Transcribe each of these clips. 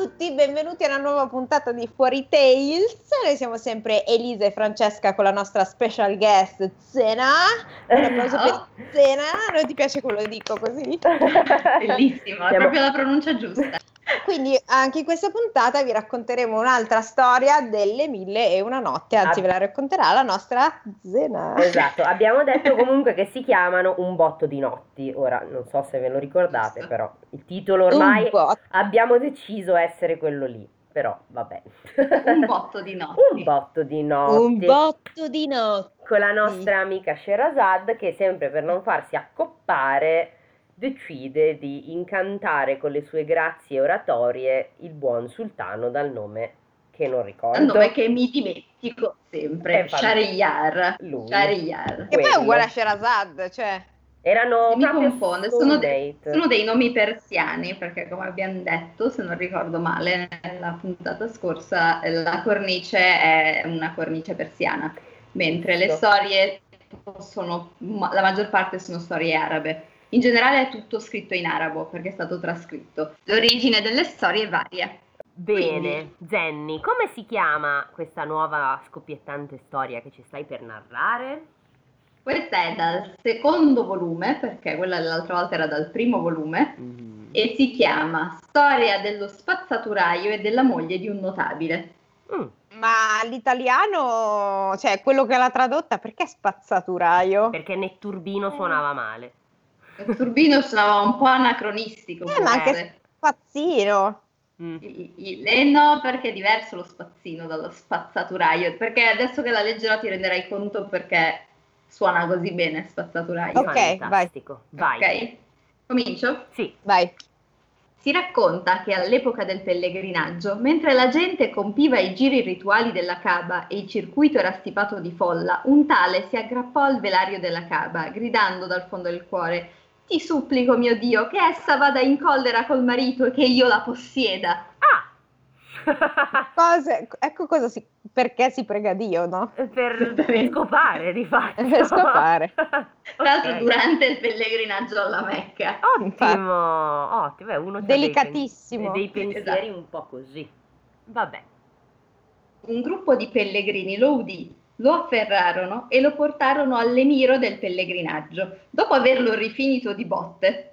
tutti, benvenuti a una nuova puntata di Fuori Tales. Noi siamo sempre Elisa e Francesca con la nostra special guest Zena. Un applauso per Zena, non ti piace quello che dico così? Bellissimo, è proprio la pronuncia giusta. Quindi anche in questa puntata vi racconteremo un'altra storia delle 1001 notte, anzi ve la racconterà la nostra Zena. Esatto, abbiamo detto comunque che si chiamano Un botto di notti. Ora non so se ve lo ricordate, Giusto. però il titolo ormai abbiamo deciso essere quello lì. Però vabbè. Un botto di notti. Un botto di notti. Un botto di notti. Con la nostra amica Sherazad, che sempre per non farsi accoppare decide di incantare con le sue grazie oratorie il buon sultano dal nome che non ricordo. Dal nome che mi dimentico sempre. Shahriyar. Shahriyar. Che poi è uguale a Sherazad, cioè... Erano mi confonde, sono dei nomi persiani, perché come abbiamo detto, se non ricordo male, nella puntata scorsa la cornice è una cornice persiana, mentre le storie la maggior parte sono storie arabe. In generale è tutto scritto in arabo, perché è stato trascritto. L'origine delle storie varia. Bene, Jenny, come si chiama questa nuova scoppiettante storia che ci stai per narrare? Questa è dal secondo volume, perché quella dell'altra volta era dal primo volume, e si chiama Storia dello spazzaturaio e della moglie di un notabile. Ma l'italiano, cioè quello che l'ha tradotta, perché spazzaturaio? Perché Netturbino suonava male. Netturbino suonava un po' anacronistico. Ma anche spazzino. No, perché è diverso lo spazzino dallo spazzaturaio, perché adesso che la leggerò ti renderai conto perché suona così bene spazzaturaio. Ok, fantastico. Vai. Ok, comincio? Sì. Vai. Si racconta che all'epoca del pellegrinaggio, mentre la gente compiva i giri rituali della Kaaba e il circuito era stipato di folla, un tale si aggrappò al velario della Kaaba, gridando dal fondo del cuore: "Ti supplico, mio Dio, che essa vada in collera col marito e che io la possieda." Perché si prega Dio, no? Per scopare, di fatto. Per scopare. Tra l'altro durante il pellegrinaggio alla Mecca. Ottimo, è uno delicatissimo. Dei pensieri un po' così. Vabbè. Un gruppo di pellegrini lo udì, lo afferrarono e lo portarono all'emiro del pellegrinaggio, dopo averlo rifinito di botte.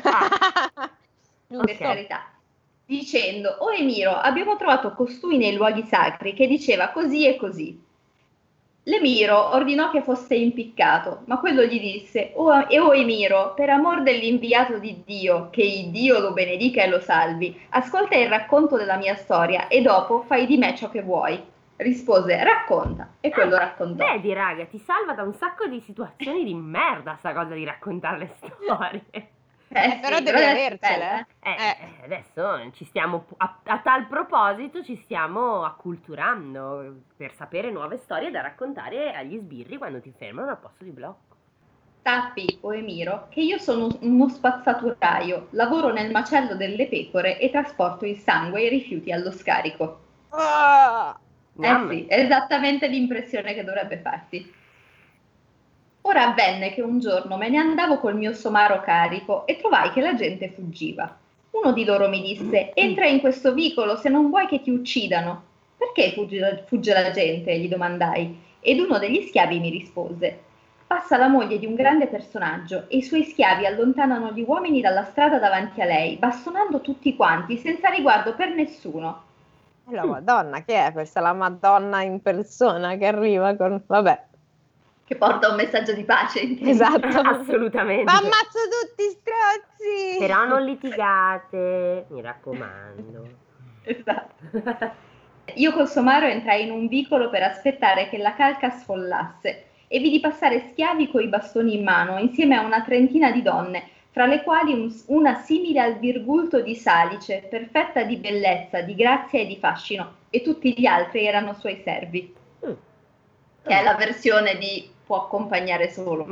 Per carità. Dicendo: "O emiro, abbiamo trovato costui nei luoghi sacri che diceva così e così." L'emiro ordinò che fosse impiccato, ma quello gli disse: o emiro, per amor dell'inviato di Dio, che il Dio lo benedica e lo salvi, ascolta il racconto della mia storia e dopo fai di me ciò che vuoi." Rispose: "Racconta." E quello raccontò. Vedi, raga, ti salva da un sacco di situazioni di merda sta cosa di raccontare le storie. Però devi avercele. Adesso ci stiamo a tal proposito ci stiamo acculturando per sapere nuove storie da raccontare agli sbirri quando ti fermano al posto di blocco. Sappi, o emiro, che io sono uno spazzaturaio, lavoro nel macello delle pecore e trasporto il sangue e i rifiuti allo scarico. Sì, è esattamente l'impressione che dovrebbe farti. Ora avvenne che un giorno me ne andavo col mio somaro carico e trovai che la gente fuggiva. Uno di loro mi disse: "Entra in questo vicolo se non vuoi che ti uccidano." "Perché fugge la gente?" gli domandai. Ed uno degli schiavi mi rispose: "Passa la moglie di un grande personaggio e i suoi schiavi allontanano gli uomini dalla strada davanti a lei, bastonando tutti quanti, senza riguardo per nessuno." La Madonna, che è questa? La Madonna in persona che arriva con... Vabbè. Che porta un messaggio di pace. Esatto. Assolutamente. Ma ammazzo tutti strozzi! Però non litigate, mi raccomando. Esatto. Io col somaro entrai in un vicolo per aspettare che la calca sfollasse e vidi passare schiavi coi bastoni in mano insieme a una trentina di donne, fra le quali una simile al virgulto di Salice, perfetta di bellezza, di grazia e di fascino, e tutti gli altri erano suoi servi. Che è la versione di può accompagnare solo.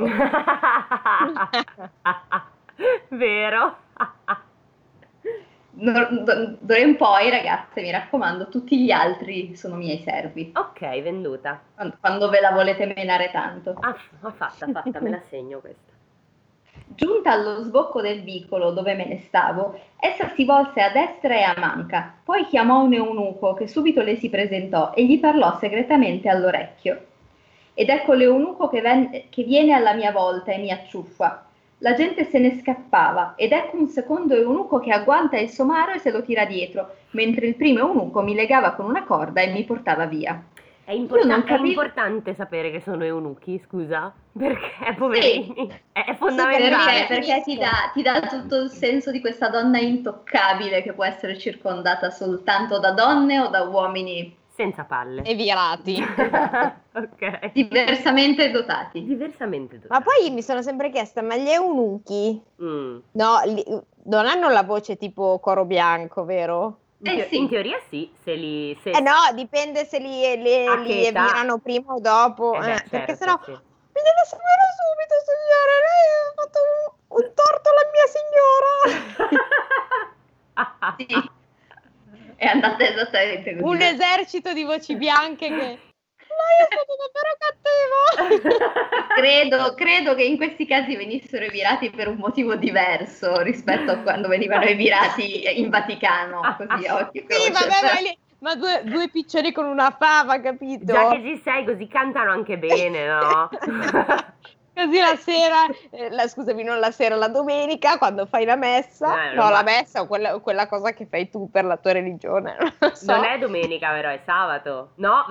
Vero? D'ora in poi, ragazze, mi raccomando, tutti gli altri sono miei servi. Ok, venduta. Quando ve la volete menare tanto. Fatta, me la segno questa. Giunta allo sbocco del vicolo dove me ne stavo, essa si volse a destra e a manca, poi chiamò un eunuco che subito le si presentò e gli parlò segretamente all'orecchio. Ed ecco l'eunuco che viene alla mia volta e mi acciuffa. La gente se ne scappava ed ecco un secondo eunuco che agguanta il somaro e se lo tira dietro, mentre il primo eunuco mi legava con una corda e mi portava via. È Io non capivo. importante sapere che sono eunuchi, scusa, perché poverini, è Sì, fondamentale. perché ti dà tutto il senso di questa donna intoccabile che può essere circondata soltanto da donne o da uomini Senza palle. E virati. Ok. diversamente dotati. Diversamente Ma dotati. poi mi sono sempre chiesta, ma gli eunuchi? Mm. No, non hanno la voce tipo coro bianco, vero? Sì. In teoria sì, se No, dipende se li A che età? virano prima o dopo. beh, Perché certo, sennò sì. mi deve sapere subito, signora. Lei ha fatto un torto alla mia signora. Sì. È andata esattamente così. Un esercito di voci bianche che lei è stato davvero cattivo. Credo che in questi casi venissero virati per un motivo diverso rispetto a quando venivano virati in Vaticano, così a occhio e Sì, croce. vabbè, ma due piccioni con una fava, capito? Già che ci sei, così cantano anche bene, no? Così la sera, scusami, non la sera, la domenica, quando fai la messa, la messa o quella cosa che fai tu per la tua religione, non lo so. Non è domenica, però è sabato. No,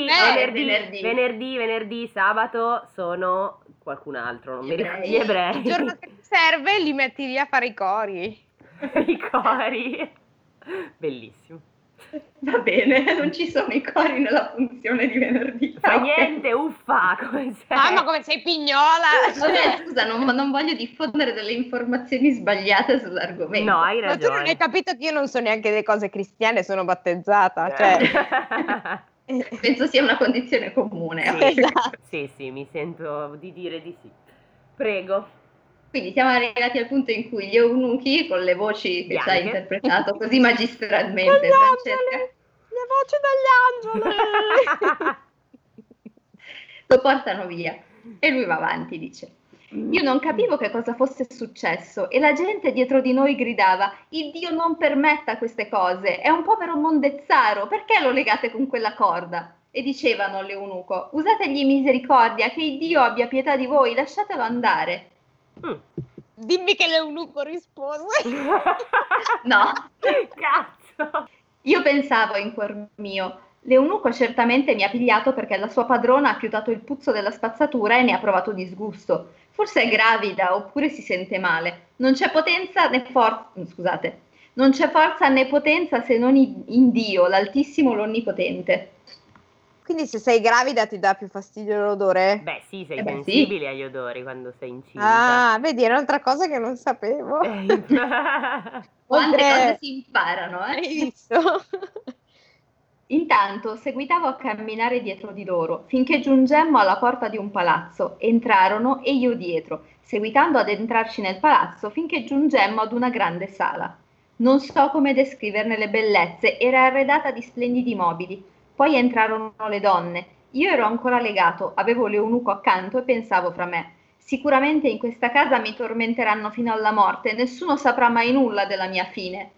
venerdì, sabato sono qualcun altro, non mi ricordo. Gli ebrei. Il giorno che ti serve li metti lì a fare i cori. I cori. Bellissimo. Va bene, non ci sono i cori nella funzione di venerdì. Fa niente, uffa, come sei? Ah, ma come sei pignola! Vabbè, scusa, non voglio diffondere delle informazioni sbagliate sull'argomento. No, hai Ma tu ragione. non hai capito che io non so neanche delle cose cristiane, sono battezzata, cioè... Penso sia una condizione comune. Sì, Esatto. sì, mi sento di dire di sì. Prego. Quindi siamo arrivati al punto in cui gli eunuchi, con le voci che ci hai interpretato così magistralmente, Francesca, le voci degli angeli! lo portano via e lui va avanti, dice: io non capivo che cosa fosse successo e la gente dietro di noi gridava: il Dio non permetta queste cose, è un povero mondezzaro, perché lo legate con quella corda? E dicevano all'eunuco: usategli misericordia, che il Dio abbia pietà di voi, lasciatelo andare. Dimmi che l'eunuco rispose. No. Cazzo. Io pensavo in cuor mio: l'eunuco certamente mi ha pigliato perché la sua padrona ha fiutato il puzzo della spazzatura e ne ha provato disgusto. Forse è gravida oppure si sente male. Non c'è potenza né forza, scusate, non c'è forza né potenza se non in Dio, l'Altissimo, l'Onnipotente. Quindi se sei gravida ti dà più fastidio l'odore? Beh sì, sei sensibile agli odori quando sei incinta. Ah, vedi, è un'altra cosa che non sapevo. Quante cose si imparano, Hai visto? Intanto seguitavo a camminare dietro di loro, finché giungemmo alla porta di un palazzo. Entrarono e io dietro, seguitando ad entrarci nel palazzo finché giungemmo ad una grande sala. Non so come descriverne le bellezze, era arredata di splendidi mobili. Poi entrarono le donne. Io ero ancora legato, avevo l'eunuco accanto e pensavo fra me: sicuramente in questa casa mi tormenteranno fino alla morte, nessuno saprà mai nulla della mia fine.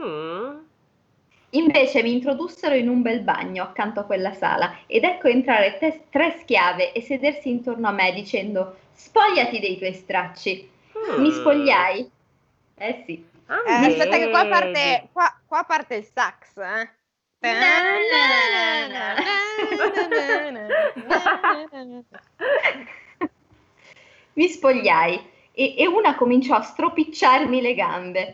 Invece mi introdussero in un bel bagno accanto a quella sala ed ecco entrare tre schiave e sedersi intorno a me dicendo: spogliati dei tuoi stracci. Mi spogliai. Sì. Aspetta che qua parte il sax, Mi spogliai e una cominciò a stropicciarmi le gambe.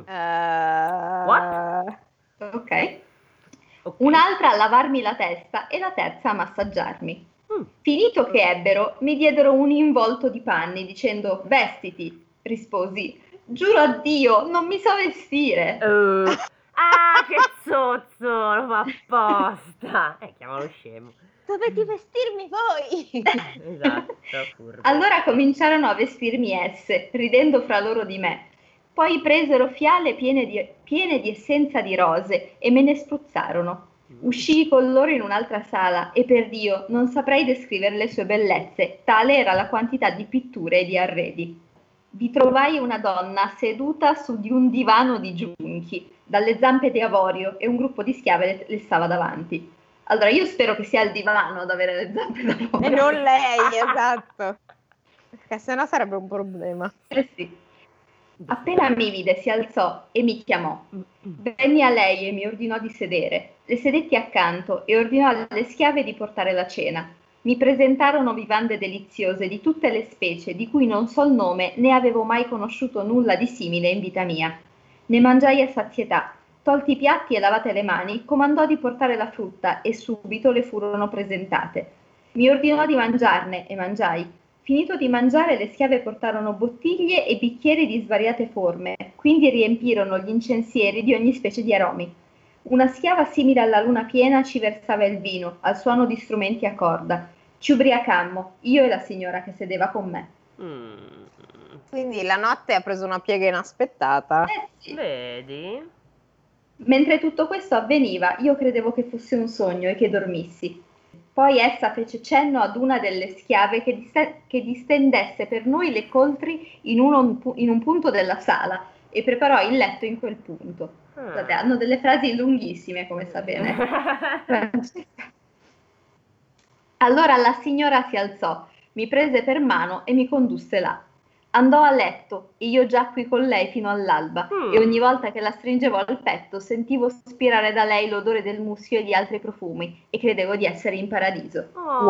What? Ok. Un'altra a lavarmi la testa e la terza a massaggiarmi. Finito che ebbero, mi diedero un involto di panni dicendo: vestiti. Risposi: giuro a Dio, non mi so vestire. Che zozzo, lo fa apposta. Chiamalo scemo. Dovete vestirmi voi. Esatto, furbo. Allora cominciarono a vestirmi esse, ridendo fra loro di me. Poi presero fiale piene di essenza di rose e me ne spruzzarono. Uscii con loro in un'altra sala e per Dio non saprei descrivere le sue bellezze, tale era la quantità di pitture e di arredi. vi trovai una donna seduta su di un divano di giunchi, dalle zampe di avorio, e un gruppo di schiave le stava davanti. Allora, io spero che sia il divano ad avere le zampe d'avorio. E non lei, esatto. Perché sennò sarebbe un problema. Sì. Appena mi vide si alzò e mi chiamò. Venni a lei e mi ordinò di sedere. Le sedetti accanto e ordinò alle schiave di portare la cena. Mi presentarono vivande deliziose di tutte le specie, di cui non so il nome né avevo mai conosciuto nulla di simile in vita mia. Ne mangiai a sazietà. Tolti i piatti e lavate le mani, comandò di portare la frutta e subito le furono presentate. Mi ordinò di mangiarne e mangiai. Finito di mangiare, le schiave portarono bottiglie e bicchieri di svariate forme, quindi riempirono gli incensieri di ogni specie di aromi. Una schiava simile alla luna piena ci versava il vino, al suono di strumenti a corda. Ci ubriacammo, io e la signora che sedeva con me. Quindi la notte ha preso una piega inaspettata. Sì. Vedi? Mentre tutto questo avveniva, io credevo che fosse un sogno e che dormissi. Poi essa fece cenno ad una delle schiave che distendesse per noi le coltri in un punto della sala e preparò il letto in quel punto. Guardate, hanno delle frasi lunghissime, come sa bene. Allora la signora si alzò, mi prese per mano e mi condusse là. Andò a letto e io giacqui con lei fino all'alba e ogni volta che la stringevo al petto sentivo spirare da lei l'odore del muschio e di altri profumi e credevo di essere in paradiso.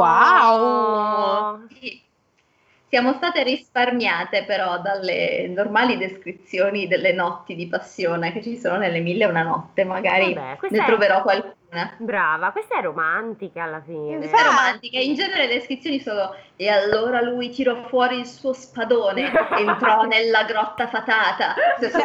Wow! Sì. Siamo state risparmiate però dalle normali descrizioni delle notti di passione che ci sono nelle Mille e una notte, magari ne troverò qualcuna. Brava, questa è romantica alla fine. Questa è romantica, in genere le descrizioni sono e allora lui tirò fuori il suo spadone, entrò nella grotta fatata,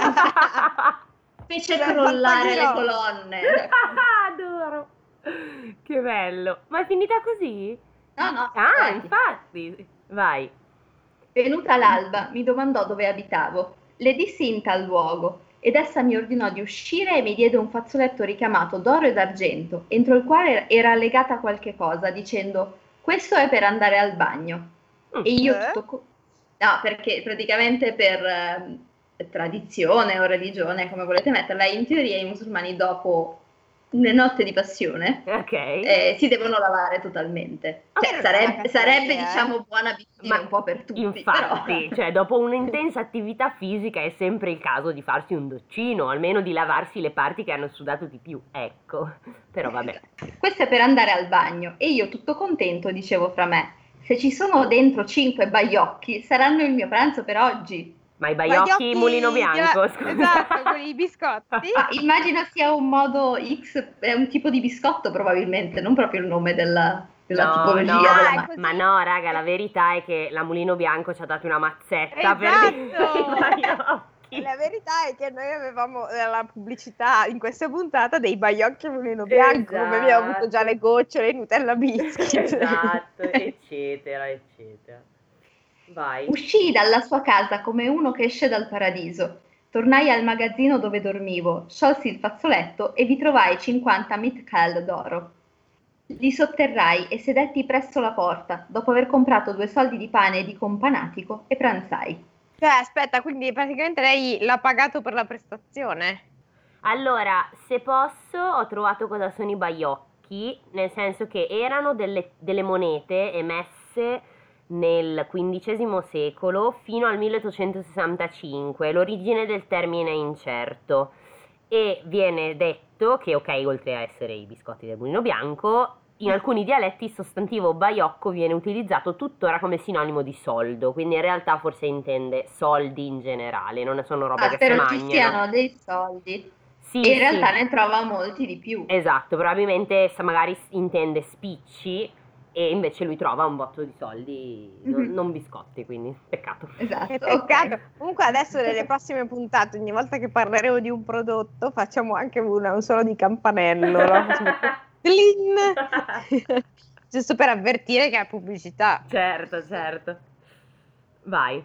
fece crollare le colonne. Adoro! Che bello! Ma è finita così? No. Infatti, vai. Venuta l'alba, mi domandò dove abitavo. Le dissi in tal luogo, ed essa mi ordinò di uscire e mi diede un fazzoletto ricamato d'oro e d'argento, entro il quale era legata qualche cosa, dicendo: questo è per andare al bagno. E io no, perché praticamente per tradizione o religione, come volete metterla, in teoria i musulmani dopo una notte di passione si devono lavare totalmente. Cioè, sarebbe diciamo buona abitudine un po' per tutti. Infatti, però. cioè, dopo un'intensa attività fisica è sempre il caso di farsi un doccino, almeno di lavarsi le parti che hanno sudato di più, ecco. Però vabbè. Questo è per andare al bagno e io tutto contento dicevo fra me: se ci sono dentro 5 baiocchi saranno il mio pranzo per oggi. Ma i baiocchi Mulino Bianco, scusa. Esatto, con i biscotti. Immagino sia un modo X, è un tipo di biscotto probabilmente, non proprio il nome della tipologia della marca. Ma no, raga, la verità è che la Mulino Bianco ci ha dato una mazzetta per i baiocchi. La verità è che noi avevamo la pubblicità in questa puntata dei baiocchi Mulino Bianco, come abbiamo avuto già le gocciole, Nutella biscuit. Esatto, eccetera. Vai. Uscii dalla sua casa come uno che esce dal paradiso. Tornai al magazzino dove dormivo, sciolsi il fazzoletto e vi trovai 50 mitcal d'oro. Li sotterrai e sedetti presso la porta, dopo aver comprato 2 soldi di pane e di companatico, e pranzai. Aspetta, quindi praticamente lei l'ha pagato per la prestazione? Allora, se posso, ho trovato cosa sono i baiocchi, nel senso che erano delle monete emesse nel XV secolo fino al 1865, l'origine del termine è incerto e viene detto che, ok, oltre a essere i biscotti del Mulino Bianco, in alcuni dialetti il sostantivo baiocco viene utilizzato tuttora come sinonimo di soldo, quindi in realtà forse intende soldi in generale, non sono robe che si mangiano. Spero ci siano dei soldi. Sì, e in realtà ne trova molti di più. Esatto, probabilmente magari intende spicci e invece lui trova un botto di soldi, non biscotti, quindi peccato. Esatto. Che peccato. Comunque adesso nelle prossime puntate, ogni volta che parleremo di un prodotto, facciamo anche un suono di campanello, no? Giusto per avvertire che è pubblicità. Certo. Vai.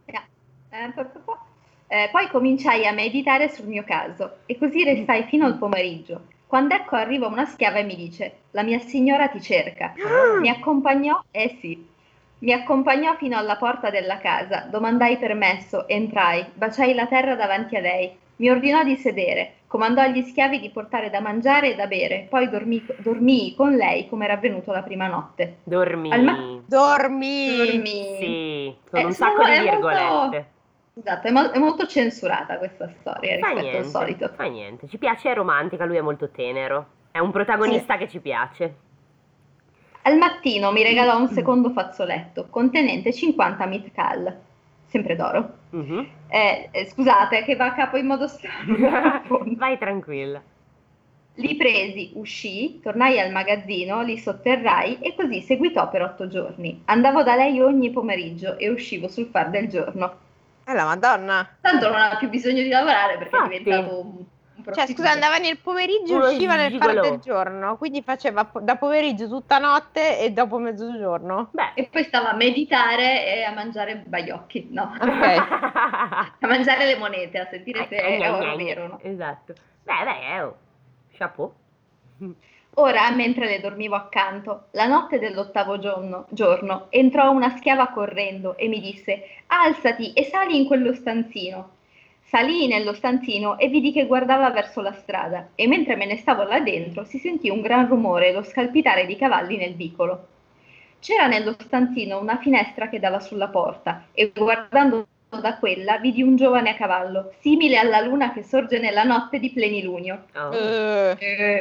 Poi cominciai a meditare sul mio caso e così restai fino al pomeriggio. Quando ecco arriva una schiava e mi dice: la mia signora ti cerca. Mi accompagnò, Mi accompagnò fino alla porta della casa, domandai permesso, entrai, baciai la terra davanti a lei. Mi ordinò di sedere, comandò agli schiavi di portare da mangiare e da bere, poi dormii con lei come era avvenuto la prima notte. Dormì. Dormi! Sì, con un sacco di è virgolette. Esatto, è molto censurata questa storia rispetto al solito. Fa niente, ci piace, è romantica, lui è molto tenero. È un protagonista che ci piace. Al mattino mi regalò un secondo fazzoletto contenente 50 mitcal, sempre d'oro. Mhm. Scusate, che va a capo in modo strano. Vai tranquilla. Li presi, uscii, tornai al magazzino, li sotterrai e così seguitò per 8 giorni. Andavo da lei ogni pomeriggio e uscivo sul far del giorno. La Madonna! Tanto non ha più bisogno di lavorare perché Infatti. è diventato un Cioè, prostituto. scusa, andava nel pomeriggio e Uno usciva nel far gigolò. del giorno, quindi faceva da pomeriggio tutta notte e dopo mezzogiorno. Beh, E poi stava a meditare e a mangiare baiocchi, no, Ok. a mangiare le monete, a sentire se è oro vero o no. Esatto. Beh, chapeau. Ora, mentre le dormivo accanto, la notte dell'8° giorno, entrò una schiava correndo e mi disse: alzati e sali in quello stanzino. Salii nello stanzino e vidi che guardava verso la strada e mentre me ne stavo là dentro si sentì un gran rumore e lo scalpitare di cavalli nel vicolo. C'era nello stanzino una finestra che dava sulla porta e guardando da quella vidi un giovane a cavallo, simile alla luna che sorge nella notte di plenilunio. Oh.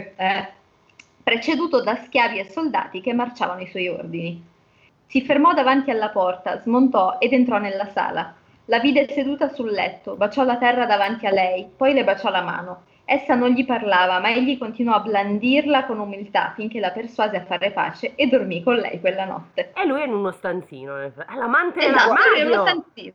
Preceduto da schiavi e soldati che marciavano i suoi ordini. Si fermò davanti alla porta, smontò ed entrò nella sala. La vide seduta sul letto, baciò la terra davanti a lei, poi le baciò la mano. Essa non gli parlava, ma egli continuò a blandirla con umiltà finché la persuase a fare pace e dormì con lei quella notte. E lui è in uno stanzino. L'amante Esatto, dell'armadio. nello stanzino.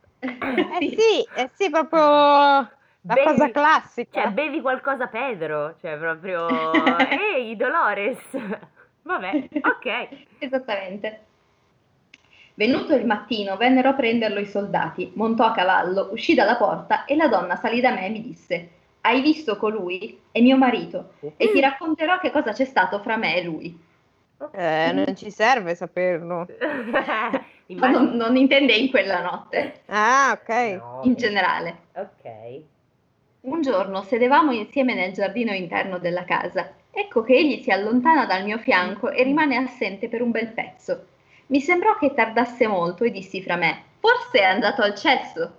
Sì, proprio la Bevi- cosa classica. Cioè, bevi qualcosa, Pedro. Cioè, proprio... Ehi, Dolores. Vabbè, ok. Esattamente. Venuto il mattino, vennero a prenderlo i soldati, montò a cavallo, uscì dalla porta e la donna salì da me e mi disse: hai visto colui? È mio marito e ti racconterò che cosa c'è stato fra me e lui. Non ci serve saperlo. Ma Immagino- non intende in quella notte, Ah, ok. No, in generale. Ok. Un giorno sedevamo insieme nel giardino interno della casa. Ecco che egli si allontana dal mio fianco e rimane assente per un bel pezzo. Mi sembrò che tardasse molto e dissi fra me: forse è andato al cesso.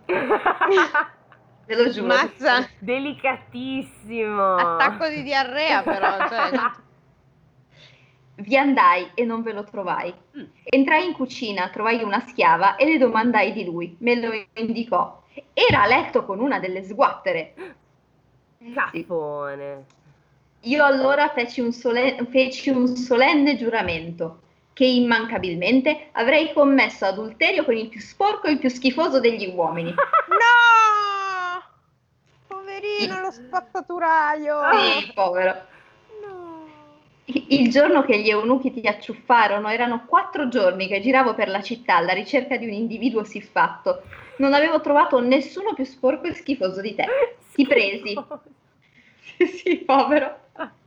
Ve lo giuro. Mazza, Delicatissimo. attacco di diarrea però, cioè, Vi andai e non ve lo trovai. Entrai in cucina, trovai una schiava e le domandai di lui. Me lo indicò. Era a letto con una delle sguattere. Sì. Caffone. Io allora feci un solenne giuramento che immancabilmente avrei commesso adulterio con il più sporco e il più schifoso degli uomini. no! Poverino, lo spazzaturaio. Sì, povero. No. Il giorno che gli eunuchi ti acciuffarono erano 4 giorni che giravo per la città alla ricerca di un individuo siffatto. Non avevo trovato nessuno più sporco e schifoso di te. Ti presi. Sì, povero.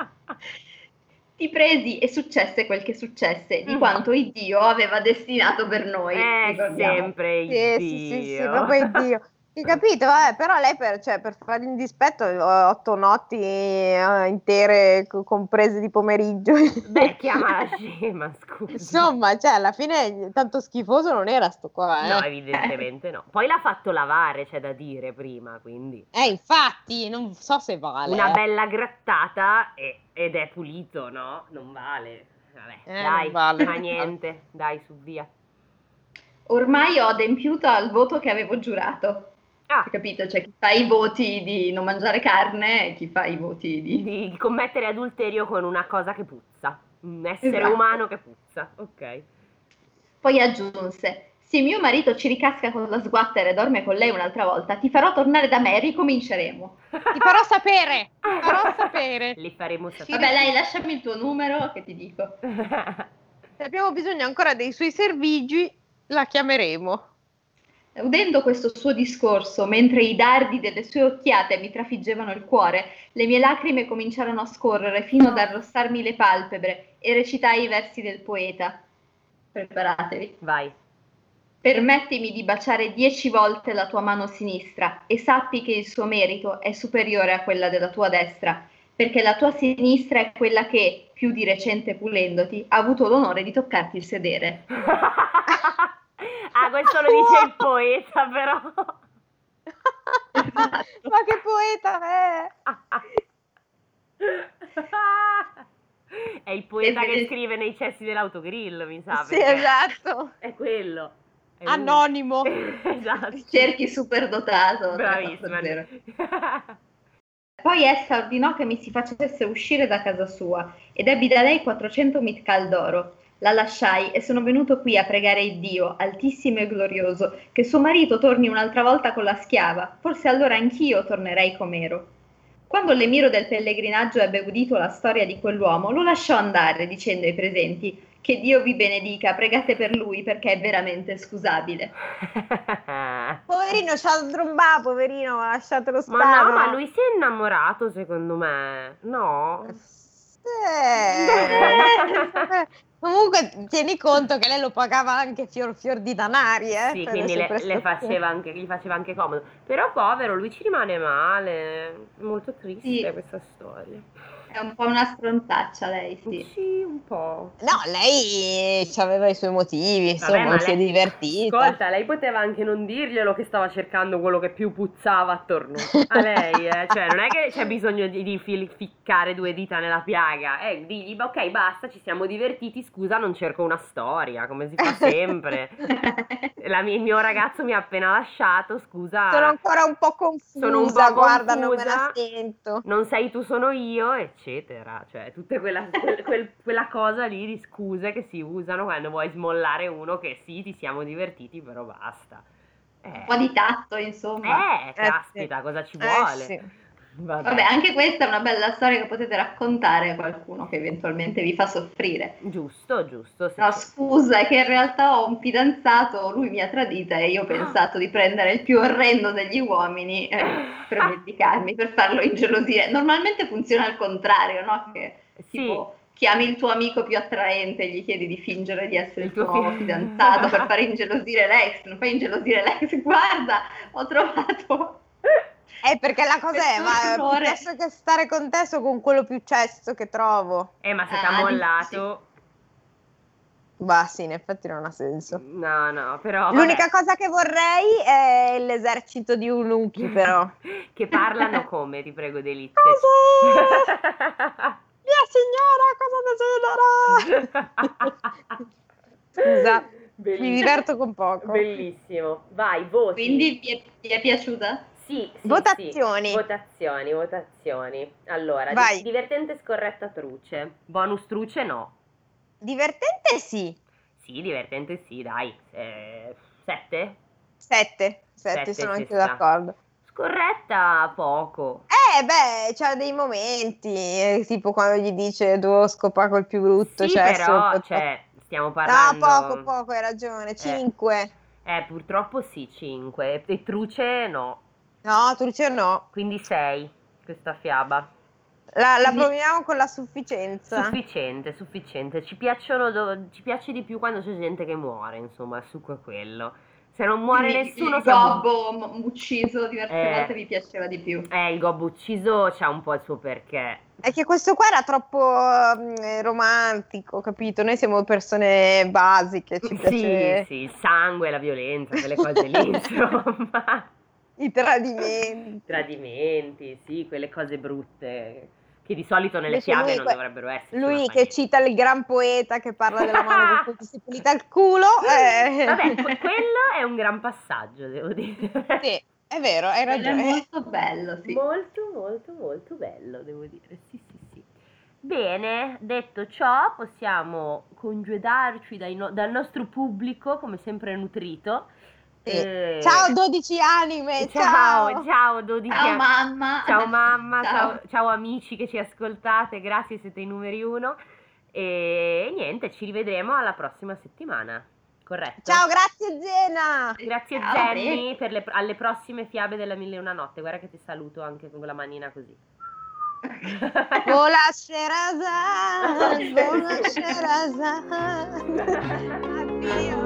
Ti presi e successe quel che successe, di quanto il Dio aveva destinato per noi. ricordiamo. Sempre Sì, Dio. proprio Dio. Hai capito? Però lei per fare il dispetto 8 notti intere comprese di pomeriggio. Beh, chiamala scema, scusa. Insomma, cioè, alla fine tanto schifoso non era sto qua, No, evidentemente no. Poi l'ha fatto lavare, c'è da dire prima, quindi. Infatti, non so se vale. Una bella grattata ed è pulito, no? Non vale. Vabbè, dai, non vale. fa niente. Dai, su, via. Ormai ho adempiuto al voto che avevo giurato. Ah, Hai capito? Cioè chi fa i voti di non mangiare carne e chi fa i voti di commettere adulterio con una cosa che puzza. Un essere Esatto. umano che puzza. Ok. Poi aggiunse: se mio marito ci ricasca con la sguattera e dorme con lei un'altra volta, ti farò tornare da me e ricominceremo. Ti farò sapere. Ti farò sapere. Li faremo sapere. Vabbè, lei lasciami il tuo numero che ti dico. Se abbiamo bisogno ancora dei suoi servigi, la chiameremo. Udendo questo suo discorso, mentre i dardi delle sue occhiate mi trafiggevano il cuore, le mie lacrime cominciarono a scorrere fino ad arrossarmi le palpebre e recitai i versi del poeta. Preparatevi. Vai. Permettimi di baciare 10 volte la tua mano sinistra e sappi che il suo merito è superiore a quella della tua destra, perché la tua sinistra è quella che, più di recente pulendoti, ha avuto l'onore di toccarti il sedere. Ah, questo lo dice il poeta, però. Ma che poeta è? È il poeta che scrive nei cessi dell'autogrill, mi sa. Sì, perché esatto. È quello. È Anonimo. Esatto. Cerchi superdotato. Bravissima. 340. Poi essa ordinò che mi si facesse uscire da casa sua ed ebbi da lei 400 mitcal d'oro. La lasciai e sono venuto qui a pregare il Dio, altissimo e glorioso, che suo marito torni un'altra volta con la schiava. Forse allora anch'io tornerei com'ero. Quando l'emiro del pellegrinaggio ebbe udito la storia di quell'uomo, lo lasciò andare, dicendo ai presenti: che Dio vi benedica, pregate per lui perché è veramente scusabile. Poverino, c'ha il trombà, poverino, lasciatelo stare. Ma no, ma lui si è innamorato, secondo me. No? Comunque tieni conto che lei lo pagava anche fior di danari, Sì, per quindi le sue gli prestazioni. faceva anche comodo. Però povero, lui ci rimane male. È molto triste Sì. questa storia. È un po' una stronzaccia lei, sì. Sì, un po'. No, lei aveva i suoi motivi, Vabbè, insomma, ma si è divertita. Ascolta, lei poteva anche non dirglielo che stava cercando quello che più puzzava attorno a lei, Cioè, non è che c'è bisogno di ficcare due dita nella piaga. Digli, ok, basta, ci siamo divertiti, scusa, non cerco una storia, come si fa sempre. Il mio ragazzo mi ha appena lasciato, scusa. Sono ancora un po' confusa, Sono un po' guarda, non me confusa. la sento. Non sei tu, sono io, eccetera. Cioè, tutte quella cosa lì di scuse che si usano quando vuoi smollare uno che sì, ti siamo divertiti, però basta. Un po' di tatto, insomma. Caspita, sì. cosa ci vuole? Sì. Vabbè, anche questa è una bella storia che potete raccontare a qualcuno che eventualmente vi fa soffrire. Giusto. No, scusa, è che in realtà ho un fidanzato, lui mi ha tradita e io ho pensato di prendere il più orrendo degli uomini per vendicarmi, per farlo ingelosire. Normalmente funziona al contrario, no? Che tipo chiami il tuo amico più attraente e gli chiedi di fingere di essere il tuo nuovo fidanzato per far ingelosire l'ex. Non fai ingelosire l'ex, guarda, ho trovato... Perché la cosa è, ma piuttosto che stare con te, so con quello più cesto che trovo. Ma se t'ha mollato... Bah, sì, in effetti non ha senso. No, però... L'unica cosa che vorrei è l'esercito di eunuchi, però. Che parlano come, ti prego, Delizia. Mia signora, cosa desidera? Scusa, mi diverto con poco. Bellissimo. Vai, voti. Quindi vi è piaciuta? Sì, votazioni. Sì. Votazioni. Allora, divertente scorretta truce. Bonus truce no. Divertente sì. Sì, divertente sì, dai. 7? 7, sono anche d'accordo. Scorretta poco. C'ha dei momenti, tipo quando gli dice devo scopare col più brutto. Sì, però, stiamo parlando... No, poco, hai ragione, 5. Purtroppo sì, 5. E truce no. No, truce no. Quindi 6, questa fiaba. La proviamo con la sufficienza. Sufficiente. Ci piace di più quando c'è gente che muore, insomma, il succo è quello. Se non muore nessuno... Il gobbo ucciso diverse volte vi piaceva di più. Il gobbo ucciso c'ha un po' il suo perché. È che questo qua era troppo romantico, capito? Noi siamo persone basiche, ci piace... Sì, il sangue, la violenza, quelle cose lì, insomma. I tradimenti, sì, quelle cose brutte che di solito nelle fiabe non dovrebbero esserci. Lui che cita il gran poeta che parla della mano con cui ti si pulita il culo. Vabbè, quello è un gran passaggio, devo dire. Sì, è vero, hai ragione. È molto bello, sì. Molto bello, devo dire, sì. Bene, detto ciò, possiamo congedarci dal nostro pubblico, come sempre nutrito. Ciao 12 anime, ciao 12 ciao mamma, ciao amici che ci ascoltate, grazie, siete i numeri 1 e niente, ci rivedremo alla prossima settimana, corretto? Ciao, grazie Zena, grazie Jenny alle prossime fiabe della 1001 notte, guarda che ti saluto anche con la manina così. Buonasera Sherazad, buonasera Sherazad. Addio.